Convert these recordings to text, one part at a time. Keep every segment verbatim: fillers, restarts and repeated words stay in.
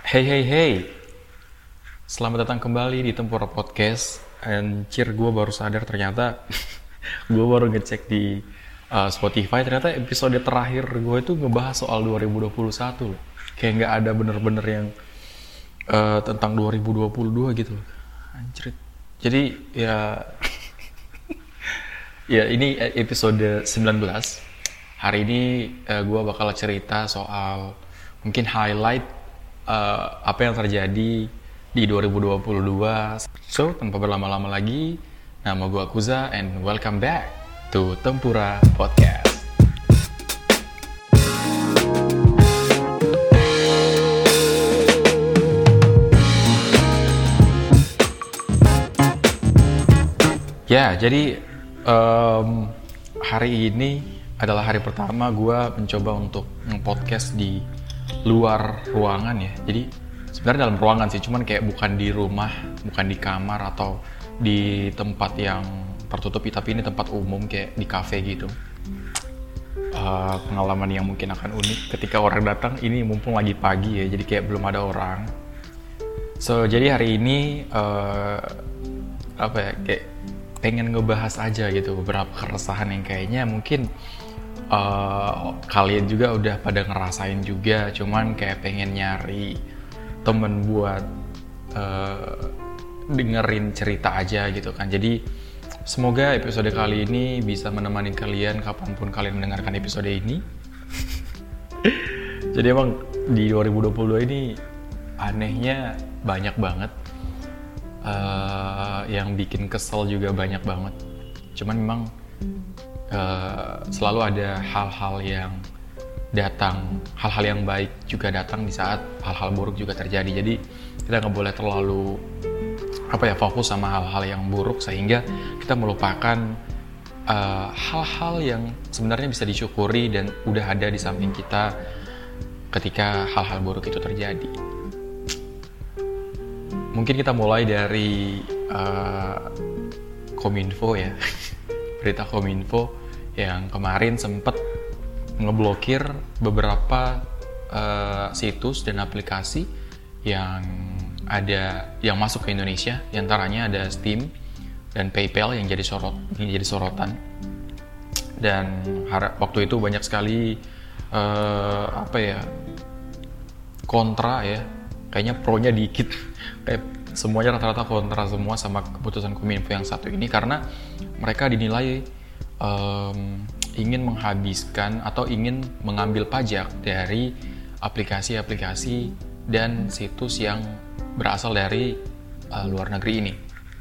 Hey hey hey, selamat datang kembali di Tempura Podcast. Anjir, gue baru sadar ternyata gue baru ngecek di uh, Spotify, ternyata episode terakhir gue itu ngebahas soal dua ribu dua puluh satu loh. Kayak nggak ada bener-bener yang uh, tentang dua ribu dua puluh dua gitu loh. Anjir. Jadi ya ya ini episode sembilan belas. Hari ini uh, gue bakal cerita soal mungkin highlight Uh, apa yang terjadi di dua ribu dua puluh dua. So, tanpa berlama-lama lagi, nama gue Akuza and welcome back to Tempura Podcast. Ya, jadi um, hari ini adalah hari pertama gue mencoba untuk nge-podcast di luar ruangan ya. Jadi sebenarnya dalam ruangan sih, cuman kayak bukan di rumah, bukan di kamar atau di tempat yang tertutup, tapi ini tempat umum kayak di cafe gitu. Uh, pengalaman yang mungkin akan unik ketika orang datang. Ini mumpung lagi pagi ya, jadi kayak belum ada orang. So jadi hari ini uh, apa ya, kayak pengen ngebahas aja gitu beberapa keresahan yang kayaknya mungkin Uh, kalian juga udah pada ngerasain juga, cuman kayak pengen nyari temen buat uh, dengerin cerita aja gitu kan. Jadi semoga episode kali ini bisa menemani kalian kapanpun kalian mendengarkan episode ini. Jadi emang di dua ribu dua puluh dua ini anehnya banyak banget, uh, yang bikin kesel juga banyak banget. Cuman memang Uh, selalu ada hal-hal yang datang, hal-hal yang baik juga datang di saat hal-hal buruk juga terjadi. Jadi kita nggak boleh terlalu apa ya fokus sama hal-hal yang buruk sehingga kita melupakan uh, hal-hal yang sebenarnya bisa disyukuri dan udah ada di samping kita ketika hal-hal buruk itu terjadi. Mungkin kita mulai dari uh, Kominfo ya. Berita Kominfo yang kemarin sempat ngeblokir beberapa uh, situs dan aplikasi yang ada yang masuk ke Indonesia. Di antaranya ada Steam dan PayPal yang jadi sorot, yang jadi sorotan. Dan harap, waktu itu banyak sekali uh, apa ya kontra ya, kayaknya pro-nya dikit. Kayak semuanya rata-rata kontra semua sama keputusan Kominfo yang satu ini karena mereka dinilai um, ingin menghabiskan atau ingin mengambil pajak dari aplikasi-aplikasi dan situs yang berasal dari uh, luar negeri ini.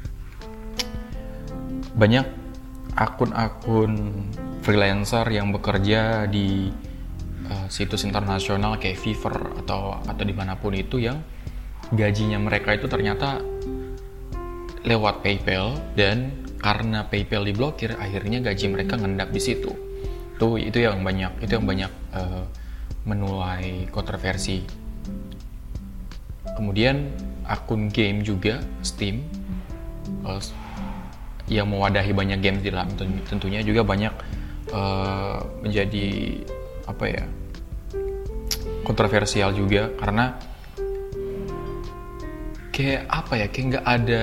Banyak akun-akun freelancer yang bekerja di uh, situs internasional kayak Fiverr atau atau dimanapun itu yang gajinya mereka itu ternyata lewat PayPal, dan karena PayPal diblokir akhirnya gaji mereka ngendap di situ. Tuh itu yang banyak itu yang banyak uh, menuai kontroversi. Kemudian akun game juga Steam uh, yang mewadahi banyak game di dalam, tentunya juga banyak uh, menjadi apa ya kontroversial juga karena kayak apa ya, kayak nggak ada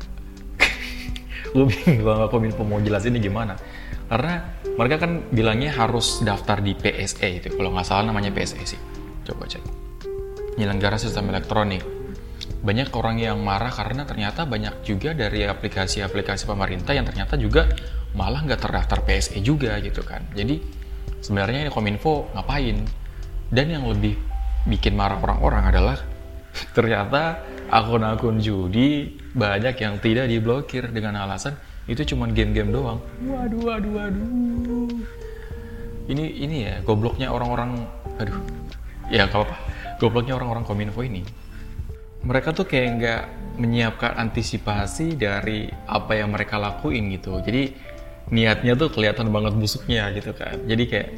gue bingung banget Kominfo mau jelasin ini gimana, karena mereka kan bilangnya harus daftar di P S E itu, kalau nggak salah namanya P S E sih, coba cek, penyelenggara sistem elektronik. Banyak orang yang marah karena ternyata banyak juga dari aplikasi-aplikasi pemerintah yang ternyata juga malah nggak terdaftar P S E juga gitu kan. Jadi sebenarnya ini Kominfo ngapain? Dan yang lebih bikin marah orang-orang adalah ternyata akun-akun judi banyak yang tidak diblokir dengan alasan itu cuma game-game doang. Waduh, waduh, waduh. Ini ini ya gobloknya orang-orang. Aduh. Ya kalau apa? Gobloknya orang-orang Kominfo ini. Mereka tuh kayak nggak menyiapkan antisipasi dari apa yang mereka lakuin gitu. Jadi niatnya tuh kelihatan banget busuknya gitu kan. Jadi kayak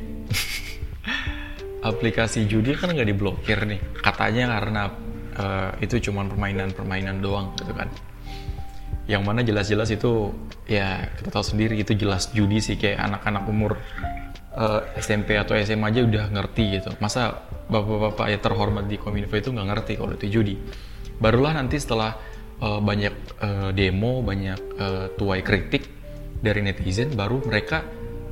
aplikasi judi kan nggak diblokir nih. Katanya karena Uh, itu cuma permainan-permainan doang gitu kan, yang mana jelas-jelas itu ya kita tahu sendiri itu jelas judi sih, kayak anak-anak umur uh, S M P atau S M A aja udah ngerti gitu. Masa bapak-bapak ya terhormat di Kominfo itu nggak ngerti kalau itu judi. Barulah nanti setelah uh, banyak uh, demo, banyak uh, tuai kritik dari netizen, baru mereka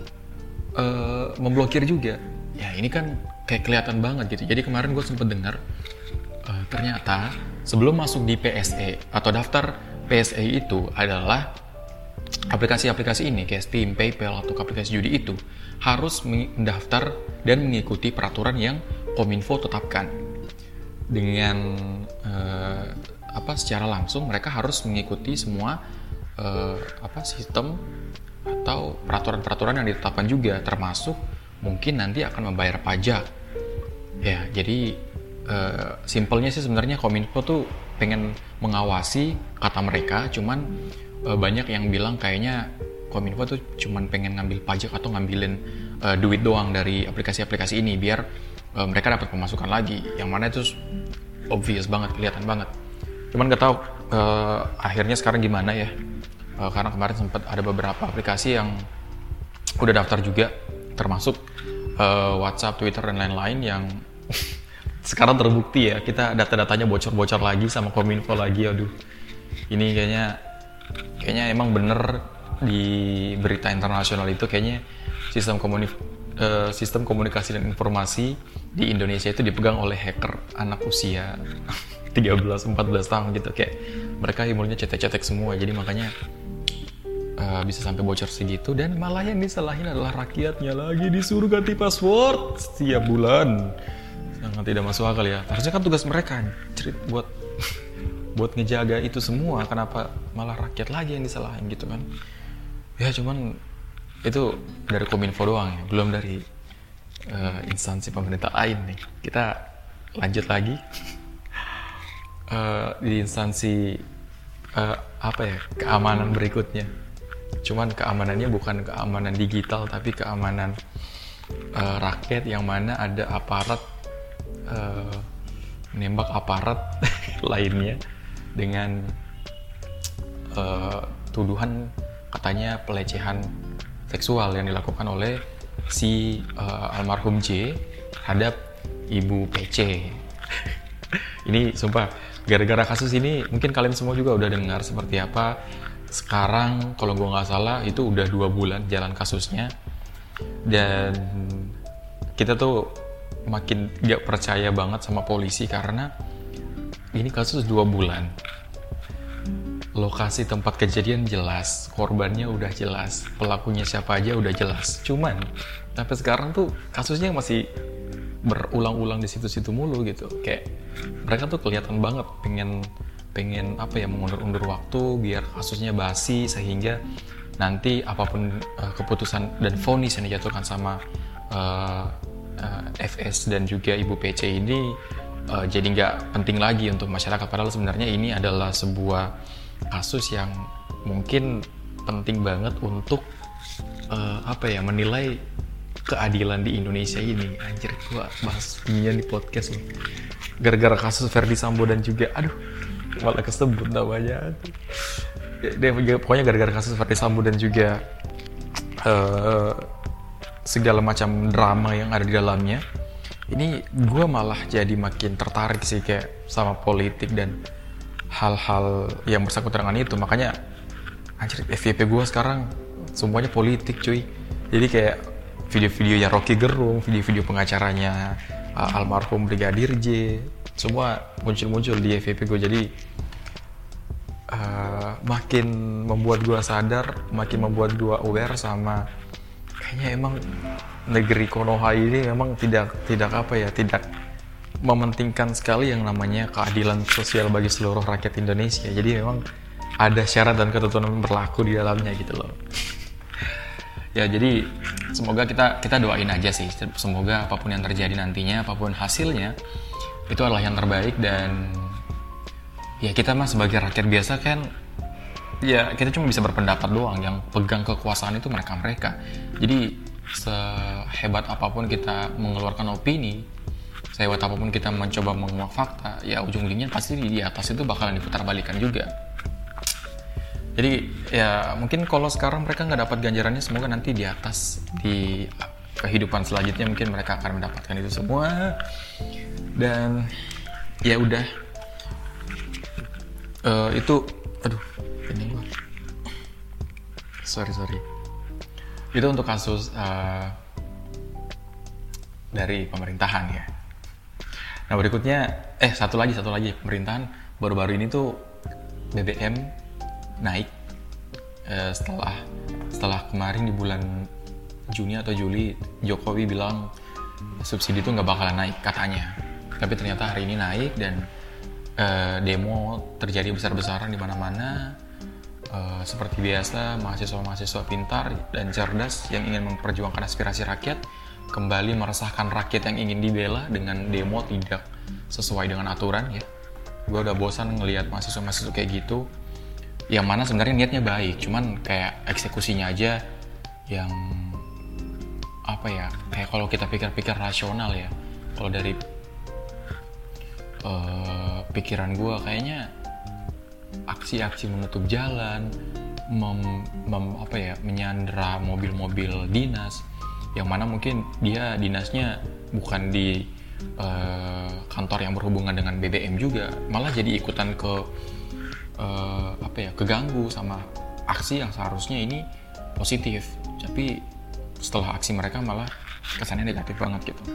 uh, memblokir juga. Ya ini kan kayak kelihatan banget gitu. Jadi kemarin gue sempet dengar uh, ternyata sebelum masuk di P S E atau daftar P S E itu adalah aplikasi-aplikasi ini kayak Steam, PayPal atau aplikasi judi itu harus mendaftar dan mengikuti peraturan yang Kominfo tetapkan. Dengan uh, apa secara langsung mereka harus mengikuti semua uh, apa sistem atau peraturan-peraturan yang ditetapkan juga, termasuk mungkin nanti akan membayar pajak. Ya, jadi uh, simpelnya sih sebenarnya Kominfo tuh pengen mengawasi kata mereka, cuman uh, banyak yang bilang kayaknya Kominfo tuh cuman pengen ngambil pajak atau ngambilin uh, duit doang dari aplikasi-aplikasi ini biar uh, mereka dapat pemasukan lagi, yang mana itu obvious banget, kelihatan banget. Cuman nggak tahu uh, akhirnya sekarang gimana ya, uh, karena kemarin sempat ada beberapa aplikasi yang udah daftar juga, termasuk uh, WhatsApp, Twitter dan lain-lain yang sekarang terbukti ya kita data-datanya bocor-bocor lagi sama Kominfo lagi. Aduh, ini kayaknya kayaknya emang bener di berita internasional itu kayaknya sistem komunik uh, sistem komunikasi dan informasi di Indonesia itu dipegang oleh hacker anak usia tiga belas empat belas tahun gitu, kayak mereka ilmunya cetek-cetek semua, jadi makanya uh, bisa sampai bocor segitu. Dan malah yang disalahin adalah rakyatnya lagi, disuruh ganti password setiap bulan. Sangat tidak masuk akal ya. Harusnya kan tugas mereka cerit buat buat ngejaga itu semua, kenapa malah rakyat lagi yang disalahin gitu kan. Ya cuman itu dari Kominfo doang ya, belum dari uh, instansi pemerintah lain nih. Kita lanjut lagi uh, di instansi uh, apa ya, keamanan berikutnya. Cuman keamanannya bukan keamanan digital, tapi keamanan uh, rakyat, yang mana ada aparat uh, menembak aparat lainnya dengan uh, tuduhan katanya pelecehan seksual yang dilakukan oleh si uh, almarhum J terhadap Ibu P C. Ini sumpah, gara-gara kasus ini mungkin kalian semua juga udah dengar seperti apa. Sekarang kalau gue nggak salah itu udah dua bulan jalan kasusnya, dan kita tuh makin gak percaya banget sama polisi karena ini kasus dua bulan. Lokasi tempat kejadian jelas, korbannya udah jelas, pelakunya siapa aja udah jelas. Cuman sampai sekarang tuh kasusnya masih berulang-ulang di situ-situ mulu gitu. Kayak mereka tuh kelihatan banget pengen pengen apa ya, mengundur-undur waktu biar kasusnya basi, sehingga nanti apapun uh, keputusan dan vonis yang dijatuhkan sama uh, uh, F S dan juga Ibu P C ini uh, jadi nggak penting lagi untuk masyarakat. Padahal sebenarnya ini adalah sebuah kasus yang mungkin penting banget untuk uh, apa ya, menilai keadilan di Indonesia ini. Anjir, gua bahas ini di podcast loh. Gara-gara kasus Ferdy Sambo dan juga aduh malah kesebut namanya. Dia pokoknya gara-gara kasus Ferdy Sambo dan juga uh, segala macam drama yang ada di dalamnya. Ini gue malah jadi makin tertarik sih kayak sama politik dan hal-hal yang bersangkutan dengan itu. Makanya anjir, F Y P gue sekarang semuanya politik cuy. Jadi kayak video-videonya Rocky Gerung, video-video pengacaranya uh, almarhum Brigadir J, semua muncul-muncul di F Y P gue. Jadi uh, makin membuat gue sadar, makin membuat gue aware sama kayaknya emang negeri Konoha ini memang tidak tidak apa ya, tidak mementingkan sekali yang namanya keadilan sosial bagi seluruh rakyat Indonesia. Jadi memang ada syarat dan ketentuan yang berlaku di dalamnya gitu loh. Ya jadi semoga kita kita doain aja sih, semoga apapun yang terjadi nantinya, apapun hasilnya itu adalah yang terbaik. Dan ya kita mah sebagai rakyat biasa kan ya kita cuma bisa berpendapat doang, yang pegang kekuasaan itu mereka-mereka. Jadi sehebat apapun kita mengeluarkan opini, sehebat apapun kita mencoba menguak fakta, ya ujung-ujungnya pasti di atas itu bakalan diputar-balikan juga. Jadi ya mungkin kalau sekarang mereka nggak dapat ganjarannya, semoga nanti di atas di kehidupan selanjutnya mungkin mereka akan mendapatkan itu semua. Dan ya udah, uh, itu aduh ini gua sorry sorry itu untuk kasus uh, dari pemerintahan ya. Nah berikutnya eh satu lagi satu lagi pemerintahan baru-baru ini tuh B B M naik uh, setelah setelah kemarin di bulan Juni atau Juli Jokowi bilang subsidi itu nggak bakalan naik katanya, tapi ternyata hari ini naik dan uh, demo terjadi besar-besaran di mana-mana. Uh, seperti biasa mahasiswa-mahasiswa pintar dan cerdas yang ingin memperjuangkan aspirasi rakyat kembali meresahkan rakyat yang ingin dibela dengan demo tidak sesuai dengan aturan ya. Gue udah bosan ngelihat mahasiswa-mahasiswa kayak gitu, yang mana sebenarnya niatnya baik, cuman kayak eksekusinya aja yang apa ya, kayak kalau kita pikir-pikir rasional ya, kalau dari uh, pikiran gue kayaknya aksi-aksi menutup jalan, mem, mem, apa ya, menyandera mobil-mobil dinas, yang mana mungkin dia dinasnya bukan di uh, kantor yang berhubungan dengan B B M juga, malah jadi ikutan ke uh, apa ya, keganggu sama aksi yang seharusnya ini positif, tapi setelah aksi mereka malah kesannya negatif banget gitu.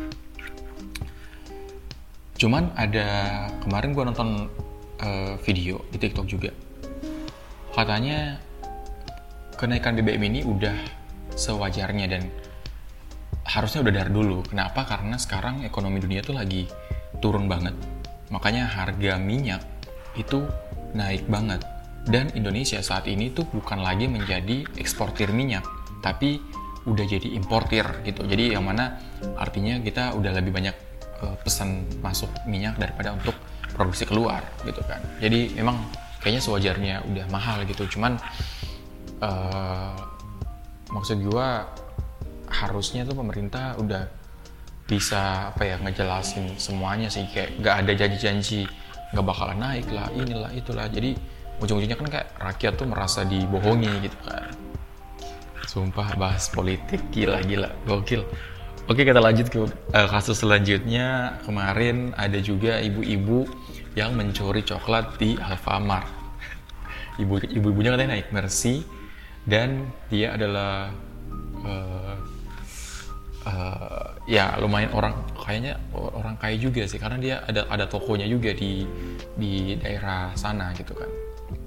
Cuman ada kemarin gue nonton uh, video di TikTok juga, katanya kenaikan B B M ini udah sewajarnya dan harusnya udah dari dulu. Kenapa? Karena sekarang ekonomi dunia tuh lagi turun banget, makanya harga minyak itu naik banget. Dan Indonesia saat ini tuh bukan lagi menjadi eksportir minyak, tapi udah jadi importir gitu. Jadi yang mana artinya kita udah lebih banyak uh, pesan masuk minyak daripada untuk produksi keluar gitu kan. Jadi memang kayaknya sewajarnya udah mahal gitu. Cuman uh, maksud gua harusnya tuh pemerintah udah bisa apa ya, ngejelasin semuanya sih, kayak gak ada janji-janji gak bakalan naik lah, inilah itulah. Jadi ujung-ujungnya kan kayak rakyat tuh merasa dibohongi gitu kan. Sumpah bahas politik, gila-gila, gokil. Oke, kita lanjut ke uh, kasus selanjutnya. Kemarin ada juga ibu-ibu yang mencuri coklat di Alfamart. Ibu, ibu-ibunya katanya naik Mercy dan dia adalah uh, uh, ya lumayan orang, kayaknya orang kaya juga sih, karena dia ada ada tokonya juga di di daerah sana gitu kan.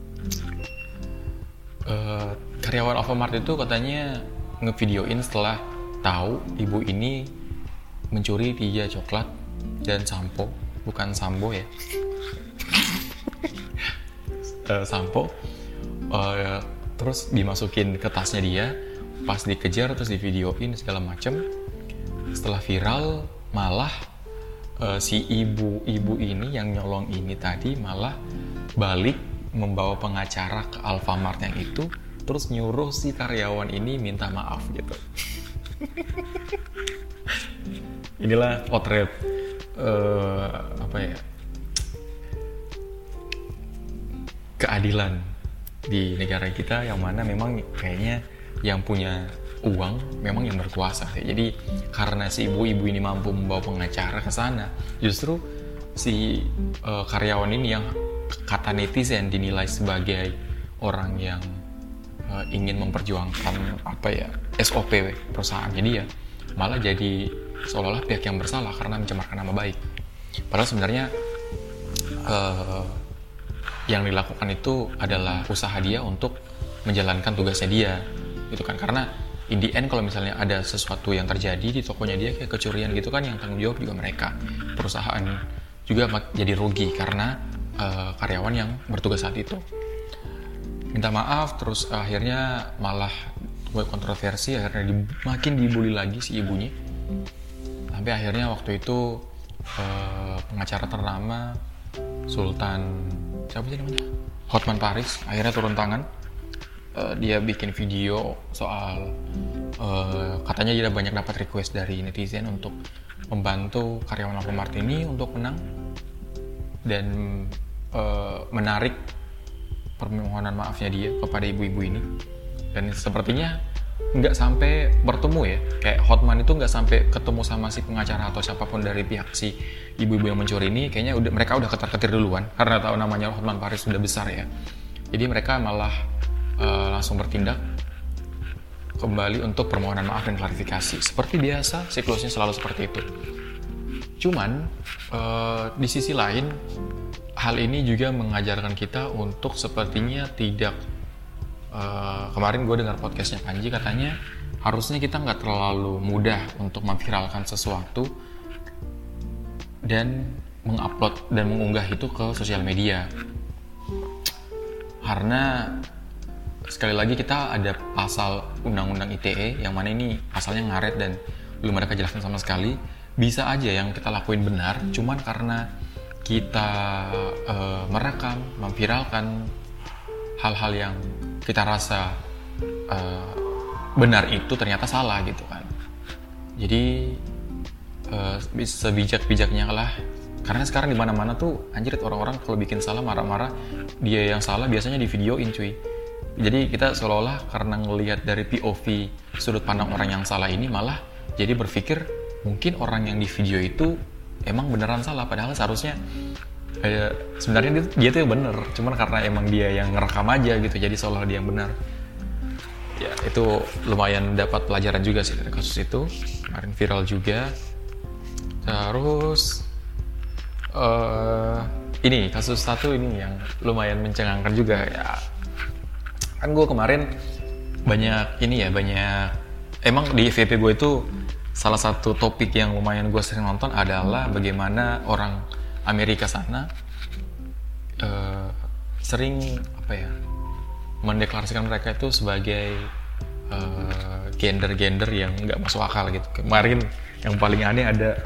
Uh, karyawan Alfamart itu katanya ngevideoin setelah tahu ibu ini mencuri tiga coklat dan sampo, bukan sambo ya, uh, sampo, uh, terus dimasukin ke tasnya dia, pas dikejar terus divideoin segala macem. Setelah viral, malah uh, si ibu-ibu ini yang nyolong ini tadi malah balik membawa pengacara ke Alfamart yang itu, terus nyuruh si karyawan ini minta maaf gitu. Inilah potret uh, apa ya, keadilan di negara kita, yang mana memang kayaknya yang punya uang memang yang berkuasa. Jadi karena si ibu-ibu ini mampu membawa pengacara ke sana, justru si uh, karyawan ini yang kata netizen dinilai sebagai orang yang uh, ingin memperjuangkan apa ya, S O P perusahaannya dia, malah jadi seolah-olah pihak yang bersalah karena mencemarkan nama baik. Padahal sebenarnya uh, yang dilakukan itu adalah usaha dia untuk menjalankan tugasnya dia gitu kan. Karena in the end kalau misalnya ada sesuatu yang terjadi di tokonya dia kayak kecurian gitu kan, yang tanggung jawab juga mereka, perusahaan juga jadi rugi karena Uh, karyawan yang bertugas saat itu minta maaf, terus uh, akhirnya malah buat kontroversi, akhirnya di, makin dibully lagi si ibunya, sampai akhirnya waktu itu uh, pengacara ternama Sultan siapa sih namanya, Hotman Paris, akhirnya turun tangan. Uh, dia bikin video soal uh, katanya dia banyak dapat request dari netizen untuk membantu karyawan Alfamart ini untuk menang dan Uh, menarik permohonan maafnya dia kepada ibu-ibu ini. Dan sepertinya nggak sampai bertemu ya, kayak Hotman itu nggak sampai ketemu sama si pengacara atau siapapun dari pihak si ibu-ibu yang mencuri ini. Kayaknya udah mereka udah ketar-ketir duluan karena tahu namanya Hotman Paris sudah besar ya. Jadi mereka malah uh, langsung bertindak kembali untuk permohonan maaf dan klarifikasi. Seperti biasa, siklusnya selalu seperti itu. Cuman uh, di sisi lain, hal ini juga mengajarkan kita untuk sepertinya tidak. Uh, kemarin gue dengar podcastnya Panji, katanya harusnya kita nggak terlalu mudah untuk memviralkan sesuatu dan mengupload dan mengunggah itu ke sosial media, karena sekali lagi kita ada pasal undang-undang I T E yang mana ini pasalnya ngaret dan belum ada kejelasan sama sekali. Bisa aja yang kita lakuin benar, cuman karena kita uh, merekam, memviralkan hal-hal yang kita rasa uh, benar itu ternyata salah gitu kan. Jadi uh, sebijak-bijaknya lah, karena sekarang di mana-mana tuh anjir orang-orang kalau bikin salah marah-marah, dia yang salah biasanya di videoin cuy. Jadi kita seolah-olah karena ngelihat dari P O V sudut pandang orang yang salah ini, malah jadi berpikir mungkin orang yang di video itu emang beneran salah, padahal seharusnya Eh, sebenarnya dia, dia tuh yang bener, cuman karena emang dia yang ngerekam aja gitu, jadi seolah dia yang benar. Ya itu lumayan dapat pelajaran juga sih dari kasus itu, kemarin viral juga. Terus uh, ini kasus satu ini yang lumayan mencengangkan juga ya. Kan gue kemarin banyak ini ya, banyak emang di F Y P gue itu salah satu topik yang lumayan gue sering nonton adalah bagaimana orang Amerika sana uh, sering apa ya mendeklarasikan mereka itu sebagai uh, gender-gender yang nggak masuk akal gitu. Kemarin yang paling aneh ada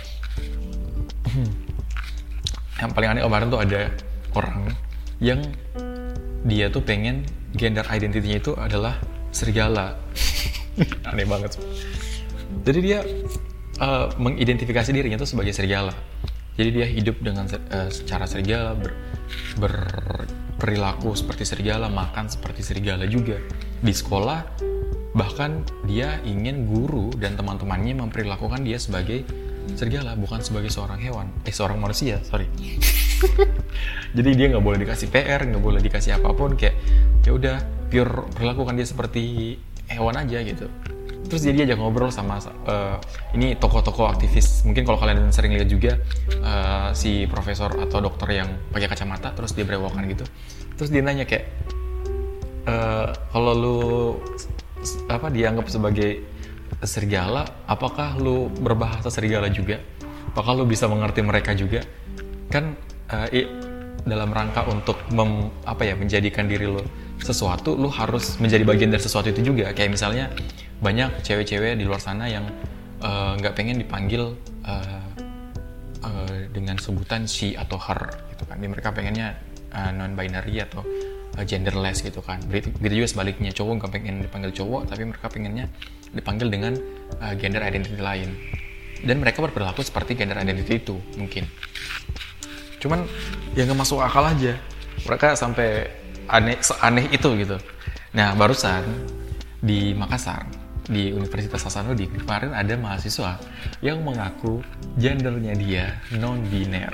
yang paling aneh kemarin tuh ada orang yang dia tuh pengen gender identity-nya itu adalah serigala. Aneh banget. Jadi dia uh, mengidentifikasi dirinya tuh sebagai serigala. Jadi dia hidup dengan uh, secara serigala, ber, berperilaku seperti serigala, makan seperti serigala juga. Di sekolah, bahkan dia ingin guru dan teman-temannya memperlakukan dia sebagai serigala, bukan sebagai seorang hewan. Eh, seorang manusia, sorry. Jadi dia nggak boleh dikasih P R, nggak boleh dikasih apapun, kayak ya udah pure perlakukan dia seperti hewan aja gitu. Terus jadi diajak ngobrol sama uh, ini tokoh-tokoh aktivis. Mungkin kalau kalian sering lihat juga uh, si profesor atau dokter yang pakai kacamata terus dia berewokan gitu. Terus dia nanya kayak uh, kalau lu apa dianggap sebagai serigala, apakah lu berbahasa serigala juga? Apakah lu bisa mengerti mereka juga? Kan uh, i, dalam rangka untuk mem, apa ya menjadikan diri lu sesuatu, lu harus menjadi bagian dari sesuatu itu juga. Kayak misalnya banyak cewek-cewek di luar sana yang nggak uh, pengen dipanggil uh, uh, dengan sebutan she atau her gitu kan. Mereka pengennya uh, non-binary atau uh, genderless gitu kan. Begitu, begitu juga sebaliknya, cowok nggak pengen dipanggil cowok tapi mereka pengennya dipanggil dengan uh, gender identity lain. Dan mereka berperilaku seperti gender identity itu mungkin. Cuman ya nggak masuk akal aja. Mereka sampai aneh aneh itu gitu. Nah barusan di Makassar, di Universitas Hasanuddin kemarin ada mahasiswa yang mengaku gendernya dia non-biner.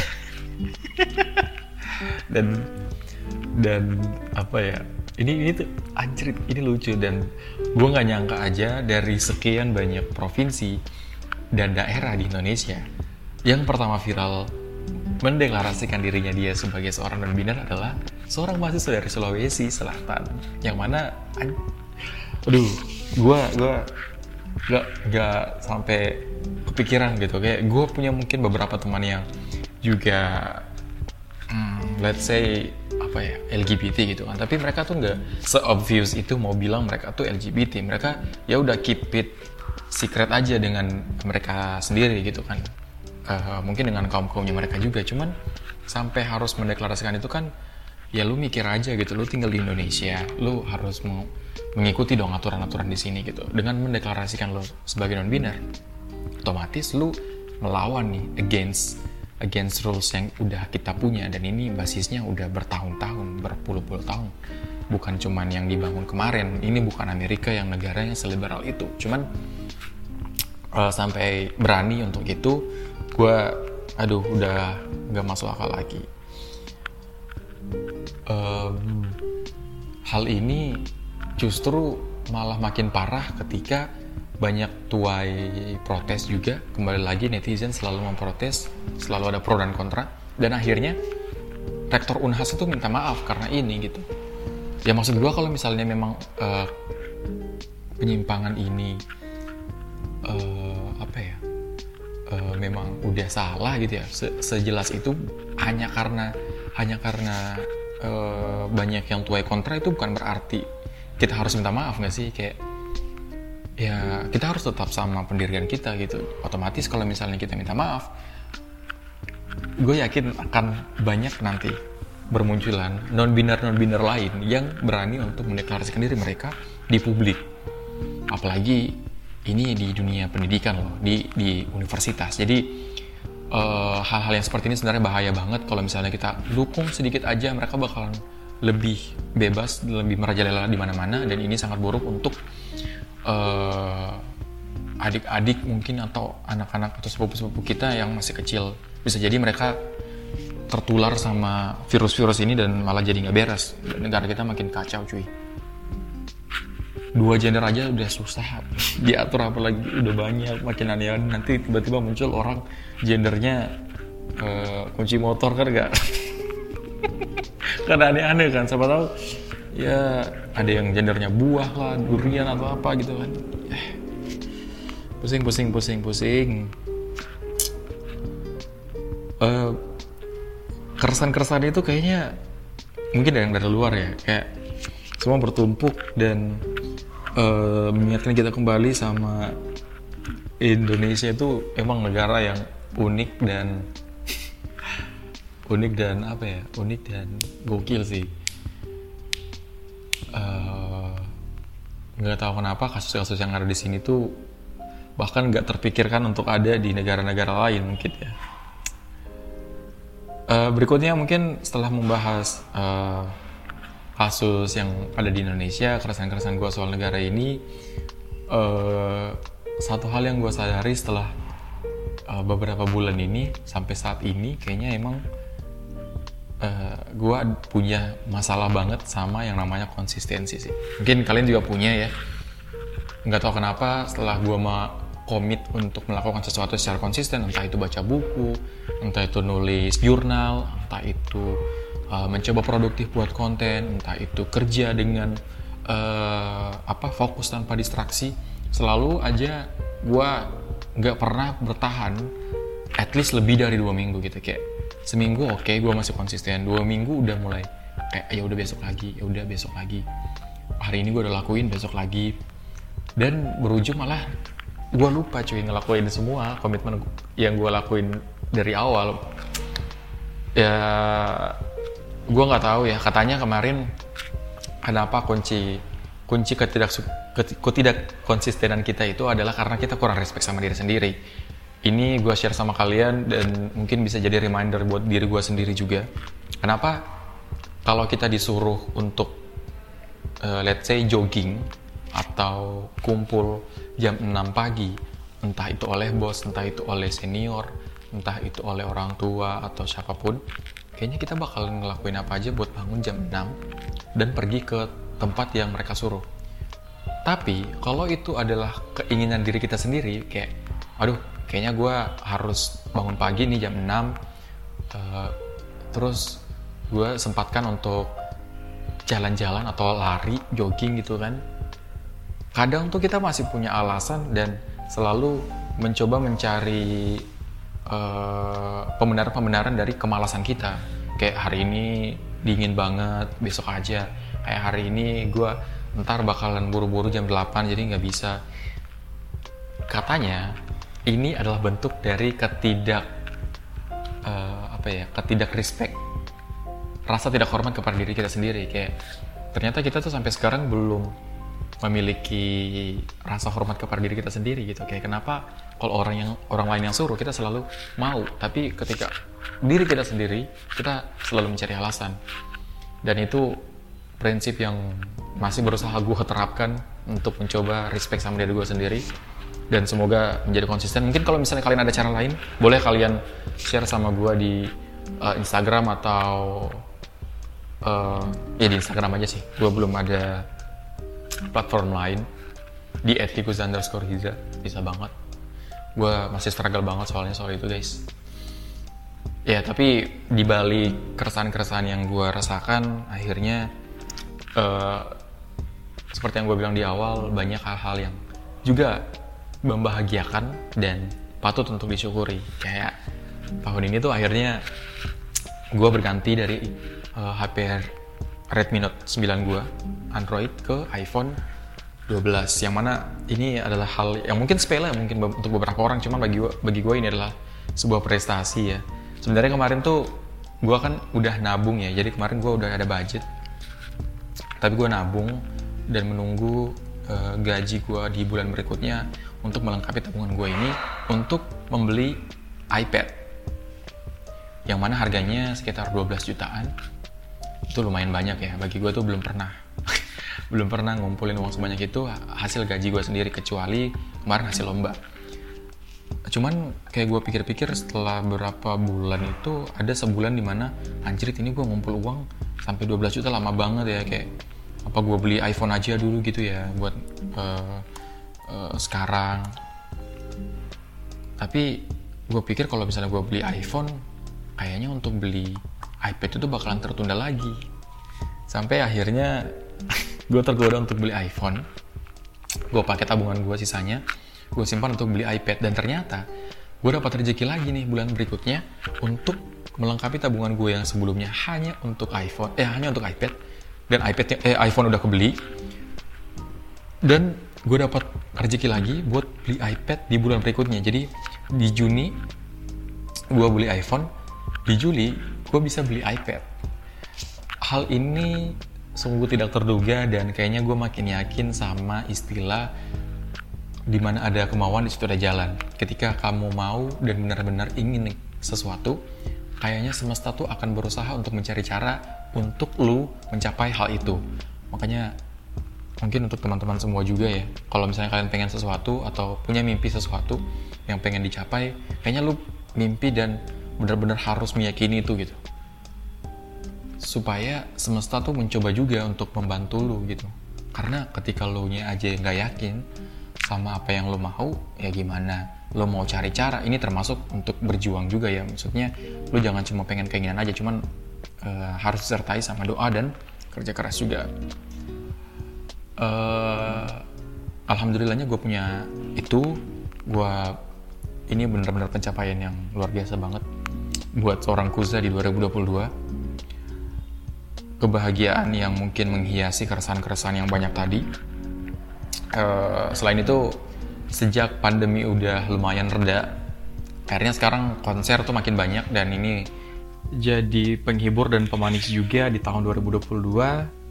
dan dan apa ya ini ini tuh anjrit, ini lucu dan gue nggak nyangka aja dari sekian banyak provinsi dan daerah di Indonesia yang pertama viral mendeklarasikan dirinya dia sebagai seorang non-biner adalah seorang mahasiswa dari Sulawesi Selatan, yang mana aduh, gue gue gak, gak sampai kepikiran gitu. Kayak gue punya mungkin beberapa teman yang juga hmm, let's say apa ya L G B T gitu kan, tapi mereka tuh nggak se-obvious itu mau bilang mereka tuh L G B T. Mereka ya udah keep it secret aja dengan mereka sendiri gitu kan. Uh, mungkin dengan kaum-kaumnya mereka juga, cuman sampai harus mendeklarasikan itu kan ya lu mikir aja gitu, lu tinggal di Indonesia, lu harus meng- mengikuti dong aturan-aturan di sini gitu. Dengan mendeklarasikan lu sebagai non-biner, otomatis lu melawan nih against against rules yang udah kita punya, dan ini basisnya udah bertahun-tahun, berpuluh-puluh tahun. bukan cuman yang dibangun kemarin. Ini bukan Amerika yang negaranya seliberal itu. Cuman uh, sampai berani untuk itu, gue aduh udah nggak masuk akal lagi. Um, hal ini justru malah makin parah ketika banyak tuai protes juga. Kembali lagi netizen selalu memprotes, selalu ada pro dan kontra, dan akhirnya Rektor Unhas itu minta maaf karena ini gitu. Ya maksud gue kalau misalnya memang uh, penyimpangan ini uh, apa ya uh, memang udah salah gitu ya, Se- sejelas itu hanya karena hanya karena uh, banyak yang tuai kontra, itu bukan berarti kita harus minta maaf nggak sih? Kayak ya kita harus tetap sama pendirian kita gitu. Otomatis kalau misalnya kita minta maaf, gue yakin akan banyak nanti bermunculan non-biner non-biner lain yang berani untuk mendeklarasikan diri mereka di publik. Apalagi ini di dunia pendidikan loh, di di universitas. Jadi uh, hal-hal yang seperti ini sebenarnya bahaya banget. Kalau misalnya kita dukung sedikit aja, mereka bakalan lebih bebas, lebih merajalela di mana-mana, dan ini sangat buruk untuk uh, adik-adik mungkin atau anak-anak atau sepupu-sepupu kita yang masih kecil. Bisa jadi mereka tertular sama virus-virus ini dan malah jadi nggak beres. Negara kita makin kacau cuy. Dua gender aja udah susah diatur, apalagi udah banyak, makin aneh. Nanti tiba-tiba muncul orang gendernya uh, kunci motor kan gak? Karena aneh-aneh kan, siapa tahu ya ada yang gendernya buah lah, durian atau apa gitu kan. Eh, pusing pusing pusing pusing. Uh, keresahan-keresahan itu kayaknya mungkin ada yang dari luar ya, kayak semua bertumpuk dan uh, mengingatkan kita kembali sama Indonesia itu emang negara yang unik dan unik dan apa ya unik dan gokil sih. Nggak uh, tahu kenapa kasus-kasus yang ada di sini tuh bahkan nggak terpikirkan untuk ada di negara-negara lain mungkin ya. Uh, berikutnya mungkin setelah membahas uh, kasus yang ada di Indonesia, keresahan-keresahan gue soal negara ini, uh, satu hal yang gue sadari setelah uh, beberapa bulan ini sampai saat ini, kayaknya emang uh, gue punya masalah banget sama yang namanya konsistensi sih. Mungkin kalian juga punya ya. Nggak tahu kenapa setelah gue ma- komit untuk melakukan sesuatu secara konsisten, entah itu baca buku, entah itu nulis jurnal, entah itu uh, mencoba produktif buat konten, entah itu kerja dengan uh, apa fokus tanpa distraksi, selalu aja gue nggak pernah bertahan at least lebih dari dua minggu gitu. Kayak seminggu oke okay, gue masih konsisten, dua minggu udah mulai kayak ya udah besok lagi, ya udah besok lagi, hari ini gue udah lakuin, besok lagi, dan berujung malah gue lupa cuy ngelakuin semua komitmen yang gue lakuin dari awal. Ya gue nggak tahu ya, katanya kemarin kenapa kunci kunci ketidak ketidak konsistenan kita itu adalah karena kita kurang respect sama diri sendiri. Ini gue share sama kalian dan mungkin bisa jadi reminder buat diri gue sendiri juga. Kenapa kalau kita disuruh untuk uh, let's say jogging atau kumpul jam enam pagi, entah itu oleh bos, entah itu oleh senior, entah itu oleh orang tua atau siapapun, kayaknya kita bakal ngelakuin apa aja buat bangun jam enam dan pergi ke tempat yang mereka suruh. Tapi kalau itu adalah keinginan diri kita sendiri, kayak aduh kayaknya gue harus bangun pagi nih jam enam, uh, terus gue sempatkan untuk jalan-jalan atau lari, jogging gitu kan. Kadang tuh kita masih punya alasan dan selalu mencoba mencari uh, pembenaran-pembenaran dari kemalasan kita. Kayak hari ini dingin banget, besok aja. Kayak hari ini gue ntar bakalan buru-buru jam delapan jadi nggak bisa. Katanya ini adalah bentuk dari ketidak uh, apa ya, ketidak respect, rasa tidak hormat kepada diri kita sendiri. Kayak ternyata kita tuh sampai sekarang belum memiliki rasa hormat kepada diri kita sendiri gitu. Kayak kenapa kalau orang yang orang lain yang suruh kita selalu mau, tapi ketika diri kita sendiri kita selalu mencari alasan. Dan itu prinsip yang masih berusaha gue terapkan untuk mencoba respect sama diri gue sendiri, dan semoga menjadi konsisten. Mungkin kalau misalnya kalian ada cara lain, boleh kalian share sama gue di uh, Instagram atau uh, ya di Instagram aja sih. Gue belum ada platform lain. Di et tikus underscore hiza bisa banget. Gue masih struggle banget soalnya soal itu guys. Ya tapi di balik keresahan-keresahan yang gue rasakan, akhirnya uh, seperti yang gue bilang di awal, banyak hal-hal yang juga membahagiakan dan patut untuk disyukuri. Kayak tahun ini tuh akhirnya gue berganti dari uh, H P Redmi Note sembilan gue Android ke iPhone dua belas, yang mana ini adalah hal yang mungkin sepele mungkin untuk beberapa orang, cuman bagi gue bagi gue ini adalah sebuah prestasi ya. Sebenarnya kemarin tuh gue kan udah nabung ya, jadi kemarin gue udah ada budget, tapi gue nabung dan menunggu uh, gaji gue di bulan berikutnya untuk melengkapi tabungan gue ini untuk membeli iPad, yang mana harganya sekitar dua belas jutaan. Itu lumayan banyak ya, bagi gue tuh belum pernah belum pernah ngumpulin uang sebanyak itu hasil gaji gue sendiri, kecuali kemarin hasil lomba. Cuman kayak gue pikir-pikir setelah beberapa bulan itu, ada sebulan dimana anjrit ini gue ngumpul uang sampai dua belas juta, lama banget ya. Kayak apa gue beli iPhone aja dulu gitu ya buat uh, uh, sekarang. Tapi gue pikir kalau misalnya gue beli iPhone, kayaknya untuk beli iPad itu bakalan tertunda lagi. Sampai akhirnya gue tergoda untuk beli iPhone. Gue pakai tabungan gue sisanya, gue simpan untuk beli iPad. Dan ternyata gue dapat rezeki lagi nih bulan berikutnya untuk melengkapi tabungan gue yang sebelumnya hanya untuk iPhone, eh hanya untuk iPad. Dan iPad, eh iPhone udah kebeli. Dan gue dapat rezeki lagi buat beli iPad di bulan berikutnya. Jadi di Juni gue beli iPhone, di Juli gue bisa beli iPad. Hal ini sungguh tidak terduga, dan kayaknya gue makin yakin sama istilah dimana ada kemauan di situ ada jalan. Ketika kamu mau dan benar-benar ingin sesuatu, kayaknya semesta tuh akan berusaha untuk mencari cara untuk lu mencapai hal itu. Makanya mungkin untuk teman-teman semua juga ya, kalau misalnya kalian pengen sesuatu atau punya mimpi sesuatu yang pengen dicapai, kayaknya lu mimpi dan benar-benar harus meyakini itu gitu, supaya semesta tuh mencoba juga untuk membantu lu gitu. Karena ketika lu nya aja nggak yakin sama apa yang lu mau, ya gimana lu mau cari cara. Ini termasuk untuk berjuang juga ya, maksudnya lu jangan cuma pengen keinginan aja, cuman uh, harus disertai sama doa dan kerja keras juga. uh, Alhamdulillahnya gue punya itu. Gue ini benar-benar pencapaian yang luar biasa banget buat seorang Kuza di dua ribu dua puluh dua. Kebahagiaan yang mungkin menghiasi keresahan-keresahan yang banyak tadi. Uh, selain itu, sejak pandemi udah lumayan reda, akhirnya sekarang konser tuh makin banyak, dan ini jadi penghibur dan pemanis juga di tahun dua ribu dua puluh dua.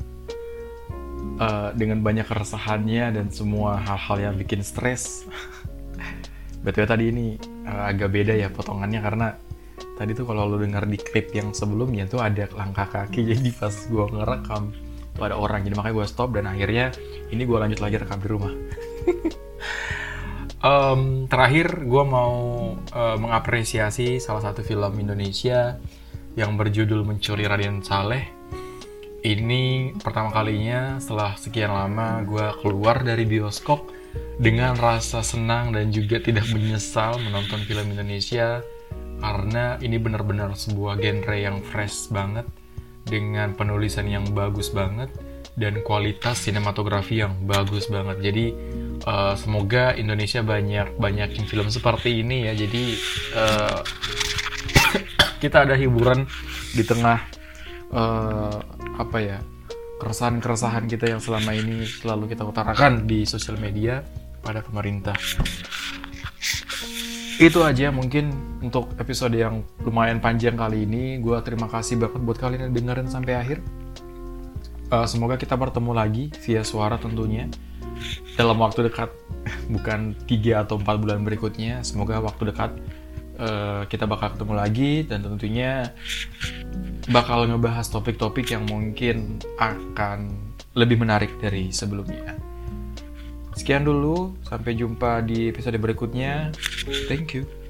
Uh, dengan banyak keresahannya dan semua hal-hal yang bikin stres. B T W tadi ini uh, agak beda ya potongannya, karena tadi tuh kalau lo dengar di klip yang sebelumnya tuh ada langkah kaki, jadi pas gue ngerekam tuh ada orang, jadi makanya gue stop, dan akhirnya ini gue lanjut lagi rekam di rumah. um, terakhir gue mau uh, mengapresiasi salah satu film Indonesia yang berjudul Mencuri Raden Saleh. Ini pertama kalinya setelah sekian lama gue keluar dari bioskop dengan rasa senang dan juga tidak menyesal menonton film Indonesia, karena ini benar-benar sebuah genre yang fresh banget, dengan penulisan yang bagus banget dan kualitas sinematografi yang bagus banget. Jadi uh, semoga Indonesia banyak banyakin film seperti ini ya. Jadi uh, kita ada hiburan di tengah uh, apa ya, keresahan-keresahan kita yang selama ini selalu kita utarakan di sosial media pada pemerintah. Itu aja mungkin untuk episode yang lumayan panjang kali ini. Gue terima kasih banget buat kalian yang dengerin sampai akhir. Uh, semoga kita bertemu lagi via suara tentunya dalam waktu dekat, bukan tiga atau empat bulan berikutnya. Semoga waktu dekat uh, kita bakal ketemu lagi, dan tentunya bakal ngebahas topik-topik yang mungkin akan lebih menarik dari sebelumnya. Sekian dulu, sampai jumpa di episode berikutnya. Thank you.